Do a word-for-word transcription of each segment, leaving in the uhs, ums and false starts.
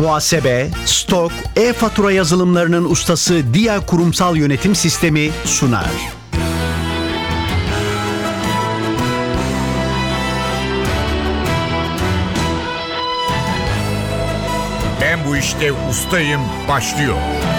Muhasebe, stok, e-fatura yazılımlarının ustası Dia Kurumsal Yönetim Sistemi sunar. Ben bu işte ustayım başlıyor.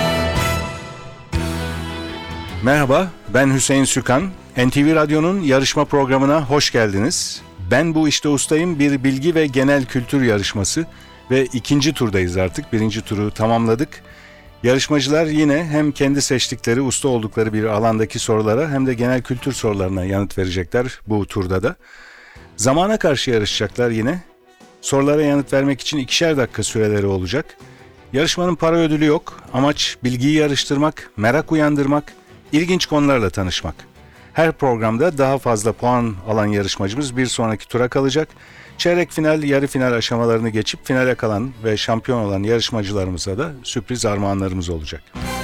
Merhaba, ben Hüseyin Sükan. N T V Radyo'nun yarışma programına hoş geldiniz. Ben bu işte ustayım bir bilgi ve genel kültür yarışması ve ikinci turdayız artık. Birinci turu tamamladık. Yarışmacılar yine hem kendi seçtikleri, usta oldukları bir alandaki sorulara hem de genel kültür sorularına yanıt verecekler bu turda da. Zamana karşı yarışacaklar yine. Sorulara yanıt vermek için ikişer dakika süreleri olacak. Yarışmanın para ödülü yok. Amaç bilgiyi yarıştırmak, merak uyandırmak, ilginç konularla tanışmak. Her programda daha fazla puan alan yarışmacımız bir sonraki tura kalacak. Çeyrek final, yarı final aşamalarını geçip finale kalan ve şampiyon olan yarışmacılarımıza da sürpriz armağanlarımız olacak.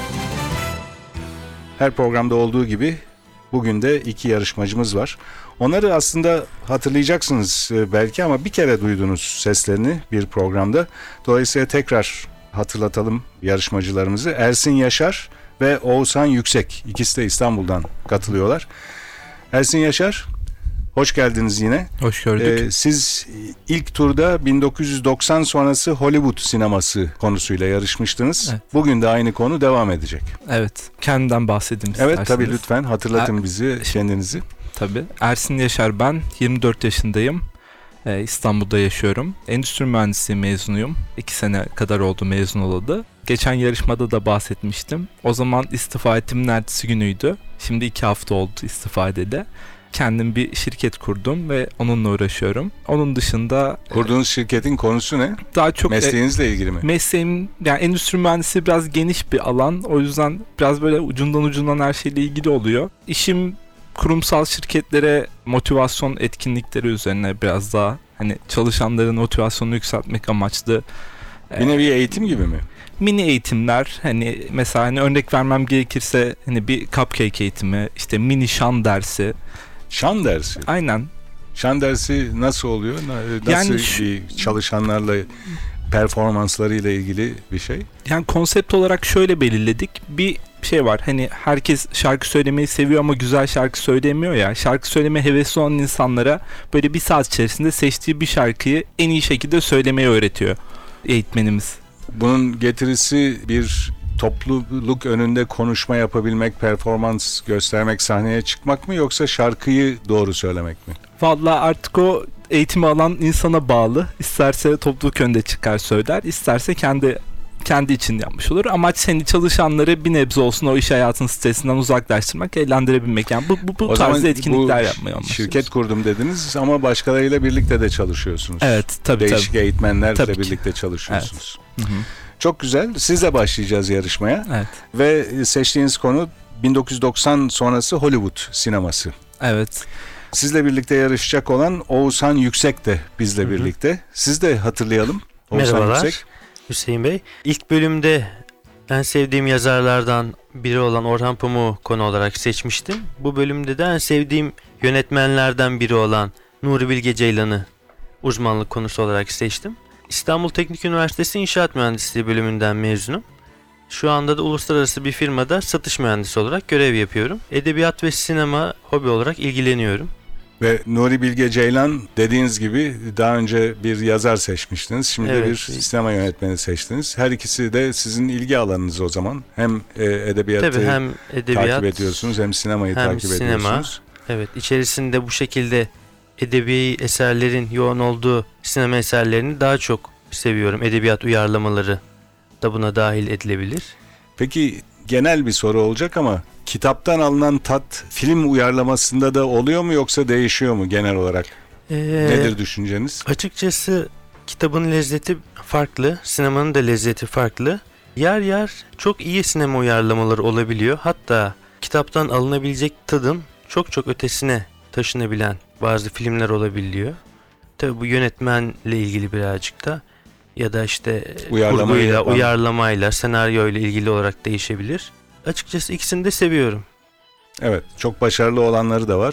Her programda olduğu gibi bugün de iki yarışmacımız var. Onları aslında hatırlayacaksınız belki ama bir kere duydunuz seslerini bir programda. Dolayısıyla tekrar hatırlatalım yarışmacılarımızı. Ersin Yaşar ve Oğuzhan Yüksek. İkisi de İstanbul'dan katılıyorlar. Ersin Yaşar, hoş geldiniz yine. Hoş gördük. Ee, siz ilk turda bin dokuz yüz doksan sonrası Hollywood sineması konusuyla yarışmıştınız. Evet. Bugün de aynı konu devam edecek. Evet. Kendimden bahsedeyim isterseniz. Evet tabii lütfen hatırlatın er, bizi kendinizi. Tabii. Ersin Yaşar ben. yirmi dört yaşındayım. Ee, İstanbul'da yaşıyorum. Endüstri mühendisliği mezunuyum. İki sene kadar oldu mezun olalı. Geçen yarışmada da bahsetmiştim. O zaman istifa ettiğimin ertesi günüydü. Şimdi iki hafta oldu istifa edeli. Kendim bir şirket kurdum ve onunla uğraşıyorum. Onun dışında... Kurduğunuz şirketin konusu ne? Daha çok mesleğinizle ilgili mi? Mesleğim, yani endüstri mühendisliği biraz geniş bir alan. O yüzden biraz böyle ucundan ucundan her şeyle ilgili oluyor. İşim kurumsal şirketlere motivasyon etkinlikleri üzerine biraz daha hani çalışanların motivasyonunu yükseltmek amaçlı. Bir nevi eğitim gibi mi? Mini eğitimler, hani mesela hani örnek vermem gerekirse hani bir cupcake eğitimi, işte mini şan dersi. Şan dersi? Aynen. Şan dersi nasıl oluyor? Nasıl yani şu, bir çalışanlarla performanslarıyla ilgili bir şey? Yani konsept olarak şöyle belirledik. Bir şey var, hani herkes şarkı söylemeyi seviyor ama güzel şarkı söyleyemiyor ya. Şarkı söyleme hevesli olan insanlara böyle bir saat içerisinde seçtiği bir şarkıyı en iyi şekilde söylemeyi öğretiyor eğitmenimiz. Bunun getirisi bir topluluk önünde konuşma yapabilmek, performans göstermek, sahneye çıkmak mı yoksa şarkıyı doğru söylemek mi? Vallahi artık o eğitimi alan insana bağlı. İsterse topluluk önünde çıkar söyler, isterse kendi kendi için yapmış olur. Amaç seni çalışanları bir nebze olsun o iş hayatının stresinden uzaklaştırmak, eğlendirebilmek. Yani bu bu, bu tarzda etkinlikler yapmaya anlaşıyoruz. Şirket kurdum dediniz ama başkalarıyla birlikte de çalışıyorsunuz. Evet, tabii Değişik tabii. eğitmenlerle tabii birlikte çalışıyorsunuz. Evet. Hı hı. Çok güzel. Sizle başlayacağız yarışmaya. Evet. Ve seçtiğiniz konu bin dokuz yüz doksan sonrası Hollywood sineması. Evet. Sizle birlikte yarışacak olan Oğuzhan Yüksek de bizle Hı-hı. birlikte. Siz de hatırlayalım. Oğuzhan Merhabalar Yüksek. Hüseyin Bey. İlk bölümde en sevdiğim yazarlardan biri olan Orhan Pamuk'u konu olarak seçmiştim. Bu bölümde de en sevdiğim yönetmenlerden biri olan Nuri Bilge Ceylan'ı uzmanlık konusu olarak seçtim. İstanbul Teknik Üniversitesi İnşaat Mühendisliği bölümünden mezunum. Şu anda da uluslararası bir firmada satış mühendisi olarak görev yapıyorum. Edebiyat ve sinema hobi olarak ilgileniyorum. Ve Nuri Bilge Ceylan dediğiniz gibi daha önce bir yazar seçmiştiniz. Şimdi evet. bir sinema yönetmeni seçtiniz. Her ikisi de sizin ilgi alanınız o zaman. Hem edebiyatı Tabii, hem edebiyat, takip ediyorsunuz hem sinemayı hem takip sinema. ediyorsunuz. Evet, içerisinde bu şekilde edebi eserlerin yoğun olduğu sinema eserlerini daha çok seviyorum. Edebiyat uyarlamaları da buna dahil edilebilir. Peki genel bir soru olacak ama kitaptan alınan tat film uyarlamasında da oluyor mu yoksa değişiyor mu genel olarak? Ee, Nedir düşünceniz? Açıkçası kitabın lezzeti farklı, sinemanın da lezzeti farklı. Yer yer çok iyi sinema uyarlamaları olabiliyor. Hatta kitaptan alınabilecek tadın çok çok ötesine taşınabilen bazı filmler olabiliyor. Tabii bu yönetmenle ilgili birazcık da ya da işte kurguyla, yapan... uyarlamayla, senaryoyla ilgili olarak değişebilir. Açıkçası ikisini de seviyorum. Evet, çok başarılı olanları da var.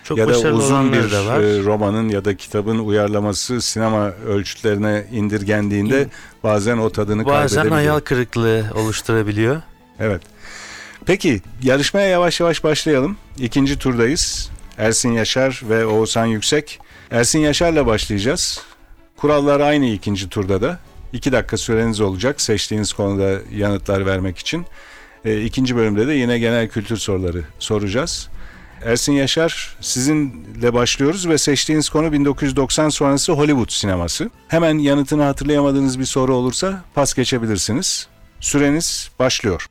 Çok ya da başarılı uzun olanları bir da var. e, romanın ya da kitabın uyarlaması sinema ölçütlerine indirgendiğinde bazen o tadını Bazen kaybedebiliyor. hayal kırıklığı oluşturabiliyor. Evet. Peki yarışmaya yavaş yavaş başlayalım. İkinci turdayız. Ersin Yaşar ve Oğuzhan Yüksek. Ersin Yaşar'la başlayacağız. Kurallar aynı ikinci turda da. İki dakika süreniz olacak seçtiğiniz konuda yanıtlar vermek için. E, ikinci bölümde de yine genel kültür soruları soracağız. Ersin Yaşar, sizinle başlıyoruz ve seçtiğiniz konu bin dokuz yüz doksan sonrası Hollywood sineması. Hemen yanıtını hatırlayamadığınız bir soru olursa pas geçebilirsiniz. Süreniz başlıyor.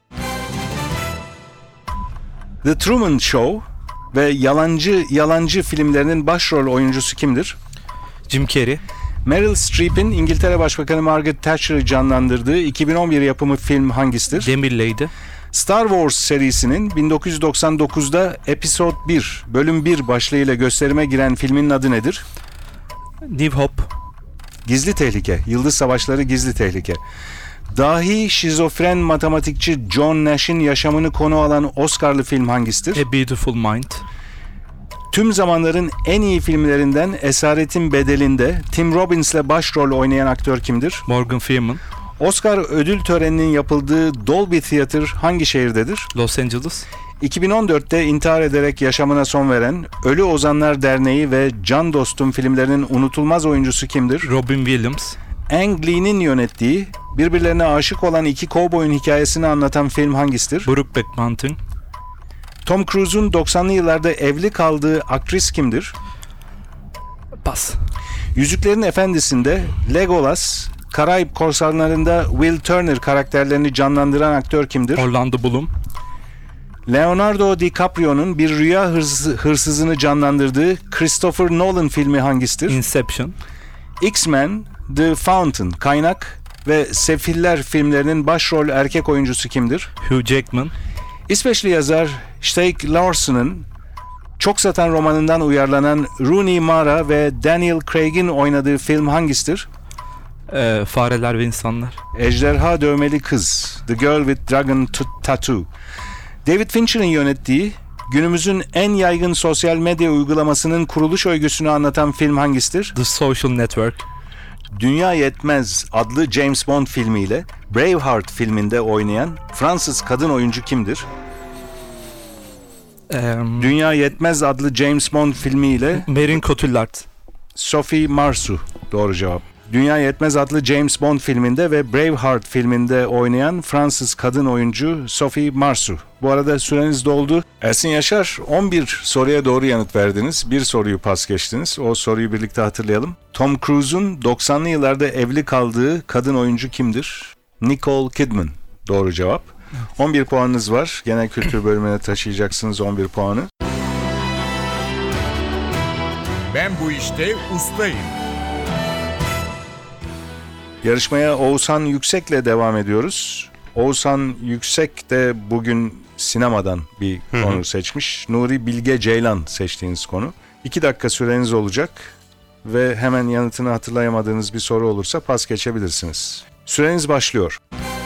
The Truman Show ve Yalancı Yalancı filmlerinin başrol oyuncusu kimdir? Jim Carrey. Meryl Streep'in İngiltere Başbakanı Margaret Thatcher'ı canlandırdığı iki bin on bir yapımı film hangisidir? Demir Lady. Star Wars serisinin bin dokuz yüz doksan dokuzda Episode bir, Bölüm bir başlığıyla gösterime giren filmin adı nedir? New Hope. Gizli Tehlike, Yıldız Savaşları Gizli Tehlike. Dahi şizofren matematikçi John Nash'in yaşamını konu alan Oscar'lı film hangisidir? A Beautiful Mind. Tüm zamanların en iyi filmlerinden Esaretin Bedeli'nde Tim Robbins'le başrol oynayan aktör kimdir? Morgan Freeman. Oscar ödül töreninin yapıldığı Dolby Theatre hangi şehirdedir? Los Angeles. iki bin on dörtte intihar ederek yaşamına son veren Ölü Ozanlar Derneği ve Can Dostum filmlerinin unutulmaz oyuncusu kimdir? Robin Williams. Ang Lee'nin yönettiği, birbirlerine aşık olan iki kovboyun hikayesini anlatan film hangisidir? Brokeback Mountain. Tom Cruise'un doksanlı yıllarda evli kaldığı aktris kimdir? Pas. Yüzüklerin Efendisi'nde Legolas, Karayip Korsanları'nda Will Turner karakterlerini canlandıran aktör kimdir? Orlando Bloom. Leonardo DiCaprio'nun bir rüya hırsızı, hırsızını canlandırdığı Christopher Nolan filmi hangisidir? Inception. X-Men, The Fountain, Kaynak ve Sefiller filmlerinin başrol erkek oyuncusu kimdir? Hugh Jackman. İsveçli yazar Stieg Larsson'ın çok satan romanından uyarlanan Rooney Mara ve Daniel Craig'in oynadığı film hangisidir? Ee, Fareler ve İnsanlar. Ejderha Dövmeli Kız, The Girl with Dragon T- Tattoo. David Fincher'ın yönettiği, günümüzün en yaygın sosyal medya uygulamasının kuruluş öyküsünü anlatan film hangisidir? The Social Network. Dünya Yetmez adlı James Bond filmiyle Braveheart filminde oynayan Fransız kadın oyuncu kimdir? Ee, Dünya Yetmez adlı James Bond filmiyle Marion Cotillard. Sophie Marceau doğru cevap. Dünya Yetmez adlı James Bond filminde ve Braveheart filminde oynayan Fransız kadın oyuncu Sophie Marceau. Bu arada süreniz doldu. Ersin Yaşar, on bir soruya doğru yanıt verdiniz. Bir soruyu pas geçtiniz. O soruyu birlikte hatırlayalım. Tom Cruise'un doksanlı yıllarda evli kaldığı kadın oyuncu kimdir? Nicole Kidman. Doğru cevap. on bir puanınız var. Genel kültür bölümüne taşıyacaksınız on bir puanı. Ben bu işte ustayım. Yarışmaya Oğuzhan Yüksek'le devam ediyoruz. Oğuzhan Yüksek de bugün sinemadan bir konu seçmiş. Nuri Bilge Ceylan seçtiğiniz konu. İki dakika süreniz olacak ve hemen yanıtını hatırlayamadığınız bir soru olursa pas geçebilirsiniz. Süreniz başlıyor.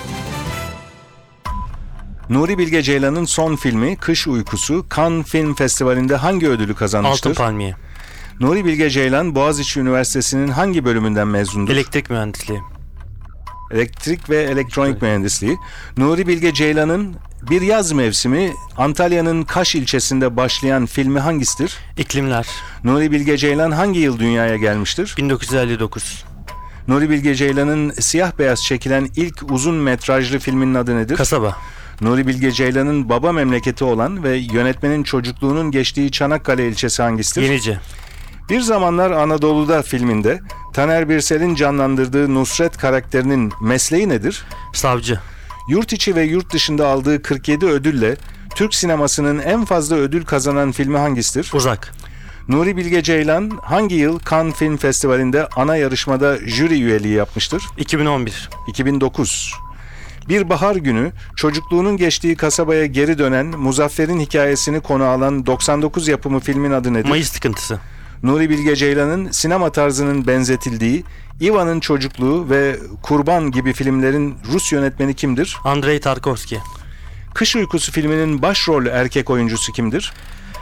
Nuri Bilge Ceylan'ın son filmi Kış Uykusu Cannes Film Festivali'nde hangi ödülü kazanmıştır? Altın Palmiye. Nuri Bilge Ceylan Boğaziçi Üniversitesi'nin hangi bölümünden mezundur? Elektrik mühendisliği. Elektrik ve elektronik mühendisliği. Nuri Bilge Ceylan'ın Bir Yaz Mevsimi Antalya'nın Kaş ilçesinde başlayan filmi hangisidir? İklimler. Nuri Bilge Ceylan hangi yıl dünyaya gelmiştir? bin dokuz yüz elli dokuz. Nuri Bilge Ceylan'ın siyah beyaz çekilen ilk uzun metrajlı filminin adı nedir? Kasaba. Nuri Bilge Ceylan'ın baba memleketi olan ve yönetmenin çocukluğunun geçtiği Çanakkale ilçesi hangisidir? Yenice. Bir Zamanlar Anadolu'da filminde Taner Birsel'in canlandırdığı Nusret karakterinin mesleği nedir? Savcı. Yurt içi ve yurt dışında aldığı kırk yedi ödülle Türk sinemasının en fazla ödül kazanan filmi hangisidir? Uzak. Nuri Bilge Ceylan hangi yıl Cannes Film Festivali'nde ana yarışmada jüri üyeliği yapmıştır? iki bin on bir. iki bin dokuz. Bir bahar günü çocukluğunun geçtiği kasabaya geri dönen Muzaffer'in hikayesini konu alan doksan dokuz yapımı filmin adı nedir? Mayıs Tıkıntısı. Nuri Bilge Ceylan'ın sinema tarzının benzetildiği Ivan'ın Çocukluğu ve Kurban gibi filmlerin Rus yönetmeni kimdir? Andrei Tarkovski. Kış Uykusu filminin başrol erkek oyuncusu kimdir?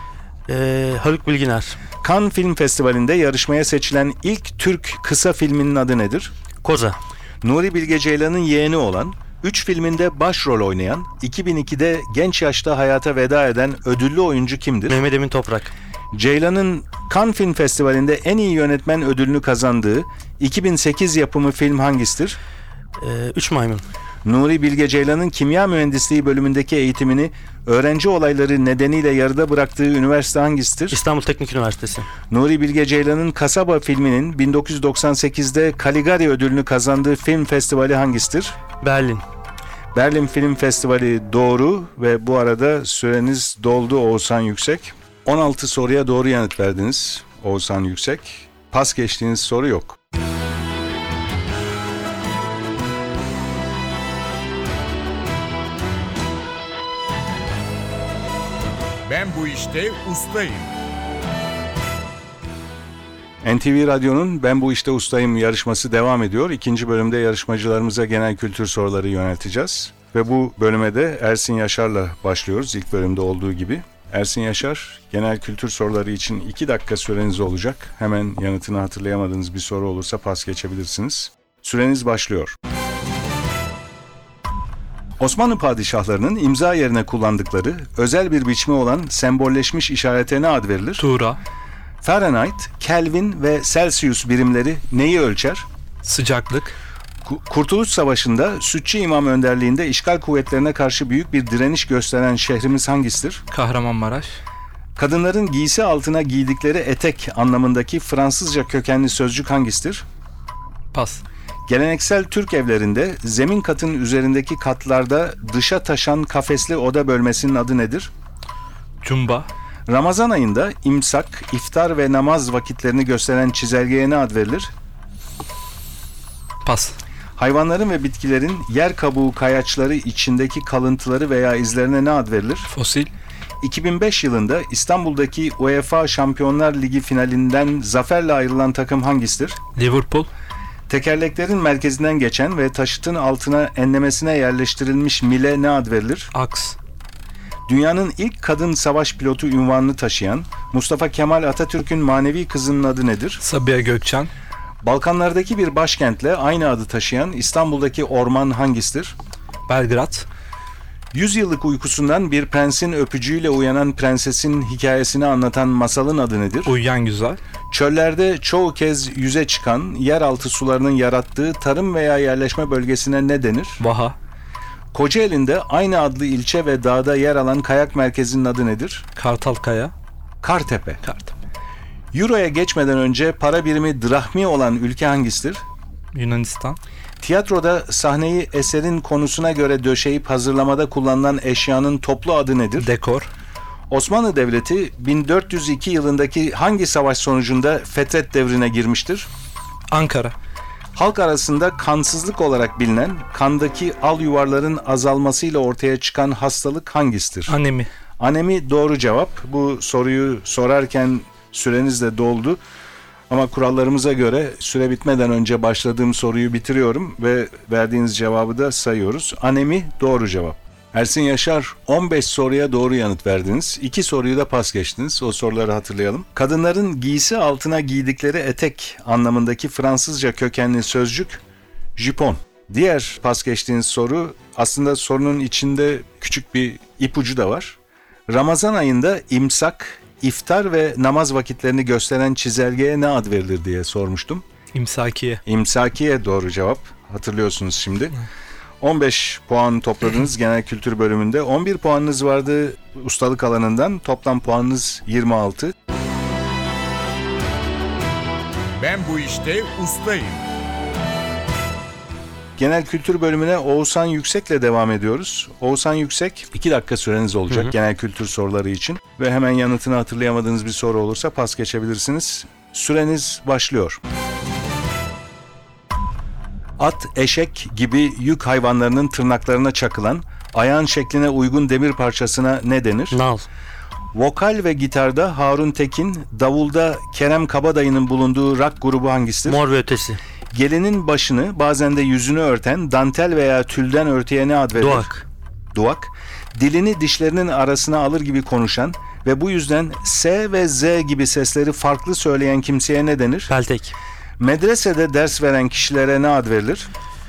Ee, Haluk Bilginer. Cannes Film Festivali'nde yarışmaya seçilen ilk Türk kısa filminin adı nedir? Koza. Nuri Bilge Ceylan'ın yeğeni olan, üç filminde başrol oynayan, iki bin ikide genç yaşta hayata veda eden ödüllü oyuncu kimdir? Mehmet Emin Toprak. Ceylan'ın Cannes Film Festivali'nde en iyi yönetmen ödülünü kazandığı iki bin sekiz yapımı film hangisidir? Ee, Üç Maymun. Nuri Bilge Ceylan'ın kimya mühendisliği bölümündeki eğitimini öğrenci olayları nedeniyle yarıda bıraktığı üniversite hangisidir? İstanbul Teknik Üniversitesi. Nuri Bilge Ceylan'ın Kasaba filminin bin dokuz yüz doksan sekizde Caligari ödülünü kazandığı film festivali hangisidir? Berlin. Berlin Film Festivali doğru ve bu arada süreniz doldu Oğuzhan Yüksek. on altı soruya doğru yanıt verdiniz Oğuzhan Yüksek. Pas geçtiğiniz soru yok. Ben bu işte ustayım. N T V Radyo'nun Ben Bu İşte Ustayım yarışması devam ediyor. İkinci bölümde yarışmacılarımıza genel kültür soruları yönelteceğiz. Ve bu bölüme de Ersin Yaşar'la başlıyoruz ilk bölümde olduğu gibi. Ersin Yaşar, genel kültür soruları için iki dakika süreniz olacak. Hemen yanıtını hatırlayamadığınız bir soru olursa pas geçebilirsiniz. Süreniz başlıyor. Osmanlı padişahlarının imza yerine kullandıkları özel bir biçimi olan sembolleşmiş işarete ne ad verilir? Tuğra. Fahrenheit, Kelvin ve Celsius birimleri neyi ölçer? Sıcaklık. Ku- Kurtuluş Savaşı'nda Sütçü İmam önderliğinde işgal kuvvetlerine karşı büyük bir direniş gösteren şehrimiz hangisidir? Kahramanmaraş. Kadınların giysi altına giydikleri etek anlamındaki Fransızca kökenli sözcük hangisidir? Pas. Geleneksel Türk evlerinde zemin katın üzerindeki katlarda dışa taşan kafesli oda bölmesinin adı nedir? Cumba. Ramazan ayında imsak, iftar ve namaz vakitlerini gösteren çizelgeye ne ad verilir? Pas. Hayvanların ve bitkilerin yer kabuğu kayaçları içindeki kalıntıları veya izlerine ne ad verilir? Fosil. iki bin beş yılında İstanbul'daki UEFA Şampiyonlar Ligi finalinden zaferle ayrılan takım hangisidir? Liverpool. Tekerleklerin merkezinden geçen ve taşıtın altına enlemesine yerleştirilmiş mile ne ad verilir? Aks. Dünyanın ilk kadın savaş pilotu unvanını taşıyan Mustafa Kemal Atatürk'ün manevi kızının adı nedir? Sabiha Gökçen. Balkanlardaki bir başkentle aynı adı taşıyan İstanbul'daki orman hangisidir? Belgrad. Yüz yıllık uykusundan bir prensin öpücüğüyle uyanan prensesin hikayesini anlatan masalın adı nedir? Uyuyan Güzel. Çöllerde çoğu kez yüze çıkan yeraltı sularının yarattığı tarım veya yerleşme bölgesine ne denir? Vaha. Kocaeli'nde aynı adlı ilçe ve dağda yer alan kayak merkezinin adı nedir? Kartalkaya. Kartepe. Kartal. Euro'ya geçmeden önce para birimi drahmi olan ülke hangisidir? Yunanistan. Tiyatroda sahneyi eserin konusuna göre döşeyip hazırlamada kullanılan eşyanın toplu adı nedir? Dekor. Osmanlı Devleti bin dört yüz iki yılındaki hangi savaş sonucunda Fetret devrine girmiştir? Ankara. Halk arasında kansızlık olarak bilinen, kandaki al yuvarların azalmasıyla ortaya çıkan hastalık hangisidir? Anemi. Anemi doğru cevap. Bu soruyu sorarken süreniz de doldu. Ama kurallarımıza göre süre bitmeden önce başladığım soruyu bitiriyorum ve verdiğiniz cevabı da sayıyoruz. Anemi doğru cevap. Ersin Yaşar, on beş soruya doğru yanıt verdiniz. iki soruyu da pas geçtiniz. O soruları hatırlayalım. Kadınların giysi altına giydikleri etek anlamındaki Fransızca kökenli sözcük jupon. Diğer pas geçtiğiniz soru aslında sorunun içinde küçük bir ipucu da var. Ramazan ayında imsak, iftar ve namaz vakitlerini gösteren çizelgeye ne ad verilir diye sormuştum. İmsakiye. İmsakiye doğru cevap. Hatırlıyorsunuz şimdi. on beş puan topladınız genel kültür bölümünde. on bir puanınız vardı ustalık alanından. Toplam puanınız yirmi altı. Ben bu işte ustayım. Genel kültür bölümüne Oğuzhan Yüksek'le devam ediyoruz. Oğuzhan Yüksek, iki dakika süreniz olacak Hı hı. genel kültür soruları için. Ve hemen yanıtını hatırlayamadığınız bir soru olursa pas geçebilirsiniz. Süreniz başlıyor. At, eşek gibi yük hayvanlarının tırnaklarına çakılan, ayağın şekline uygun demir parçasına ne denir? Nal. Vokal ve gitarda Harun Tekin, davulda Kerem Kabadayı'nın bulunduğu rock grubu hangisidir? Mor ve Ötesi. Gelinin başını, bazen de yüzünü örten dantel veya tülden örtüye ne ad verilir? Doğak. Duak. Dilini dişlerinin arasına alır gibi konuşan, ve bu yüzden S ve Z gibi sesleri farklı söyleyen kimseye ne denir? Peltek. Medresede ders veren kişilere ne ad verilir?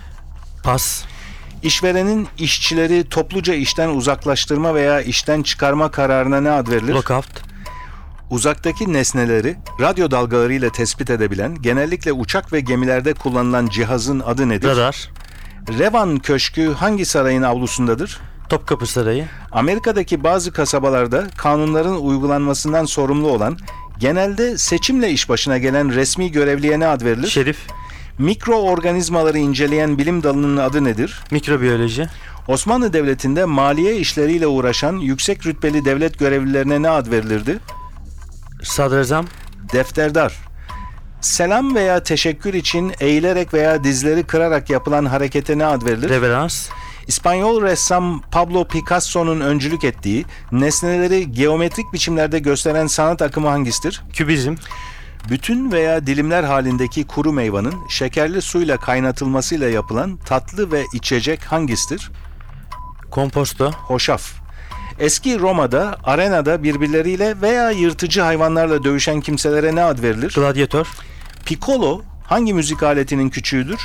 Pas. İşverenin işçileri topluca işten uzaklaştırma veya işten çıkarma kararına ne ad verilir? Lockout. Uzaktaki nesneleri radyo dalgalarıyla tespit edebilen, genellikle uçak ve gemilerde kullanılan cihazın adı nedir? Radar. Revan Köşkü hangi sarayın avlusundadır? Topkapı Sarayı. Amerika'daki bazı kasabalarda kanunların uygulanmasından sorumlu olan, genelde seçimle iş başına gelen resmi görevliye ne ad verilir? Şerif. Mikroorganizmaları inceleyen bilim dalının adı nedir? Mikrobiyoloji. Osmanlı Devleti'nde maliye işleriyle uğraşan yüksek rütbeli devlet görevlilerine ne ad verilirdi? Sadrazam. Defterdar. Selam veya teşekkür için eğilerek veya dizleri kırarak yapılan harekete ne ad verilir? Reverans. İspanyol ressam Pablo Picasso'nun öncülük ettiği, nesneleri geometrik biçimlerde gösteren sanat akımı hangisidir? Kübizm. Bütün veya dilimler halindeki kuru meyvanın şekerli suyla kaynatılmasıyla yapılan tatlı ve içecek hangisidir? Komposto. Hoşaf. Eski Roma'da arenada birbirleriyle veya yırtıcı hayvanlarla dövüşen kimselere ne ad verilir? Gladyatör. Piccolo hangi müzik aletinin küçüğüdür?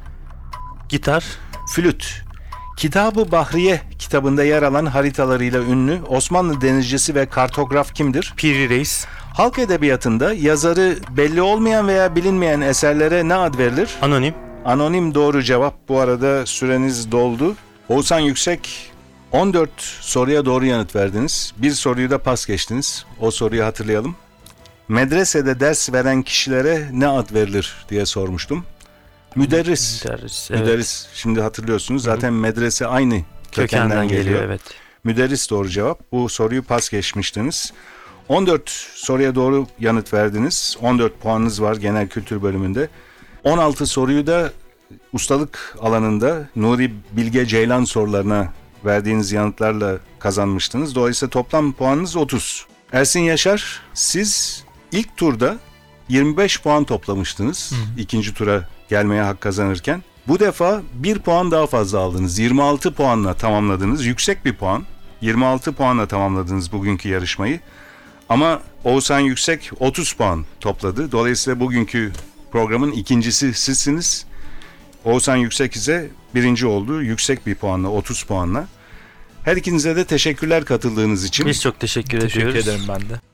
Gitar. Flüt. Kitab-ı Bahriye kitabında yer alan haritalarıyla ünlü Osmanlı denizcisi ve kartograf kimdir? Piri Reis. Halk edebiyatında yazarı belli olmayan veya bilinmeyen eserlere ne ad verilir? Anonim. Anonim doğru cevap. Bu arada süreniz doldu. Oğuzhan Yüksek, on dört soruya doğru yanıt verdiniz. Bir soruyu da pas geçtiniz. O soruyu hatırlayalım. Medresede ders veren kişilere ne ad verilir diye sormuştum. Müderris. Müderris. Evet. Müderris. Şimdi hatırlıyorsunuz. Zaten medrese aynı kökenden, Kökenden geliyor. geliyor, evet. Müderris doğru cevap. Bu soruyu pas geçmiştiniz. on dört soruya doğru yanıt verdiniz. on dört puanınız var genel kültür bölümünde. on altı soruyu da ustalık alanında Nuri Bilge Ceylan sorularına verdiğiniz yanıtlarla kazanmıştınız. Dolayısıyla toplam puanınız otuz. Ersin Yaşar, siz ilk turda yirmi beş puan toplamıştınız. Hı. İkinci tura gelmeye hak kazanırken. Bu defa bir puan daha fazla aldınız. yirmi altı puanla tamamladınız. Yüksek bir puan. yirmi altı puanla tamamladınız bugünkü yarışmayı. Ama Oğuzhan Yüksek otuz puan topladı. Dolayısıyla bugünkü programın ikincisi sizsiniz. Oğuzhan Yüksek ise birinci oldu. Yüksek bir puanla, otuz puanla. Her ikinize de teşekkürler katıldığınız için. Biz çok teşekkür, Teşekkür ediyoruz. ederim ben de.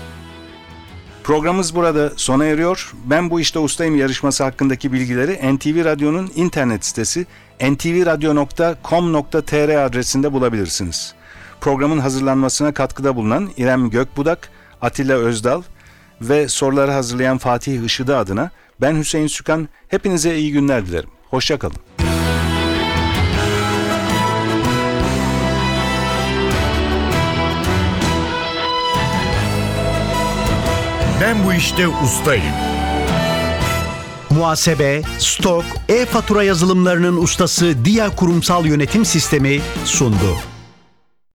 Programımız burada sona eriyor. Ben bu işte ustayım yarışması hakkındaki bilgileri N T V Radyo'nun internet sitesi en ti vi radyo nokta com nokta tr adresinde bulabilirsiniz. Programın hazırlanmasına katkıda bulunan İrem Gökbudak, Atilla Özdal ve soruları hazırlayan Fatih Işıdı adına ben Hüseyin Sükan, hepinize iyi günler dilerim. Hoşça kalın. Ben bu işte ustayım. Muhasebe, stok, e-fatura yazılımlarının ustası Dia Kurumsal Yönetim Sistemi sundu.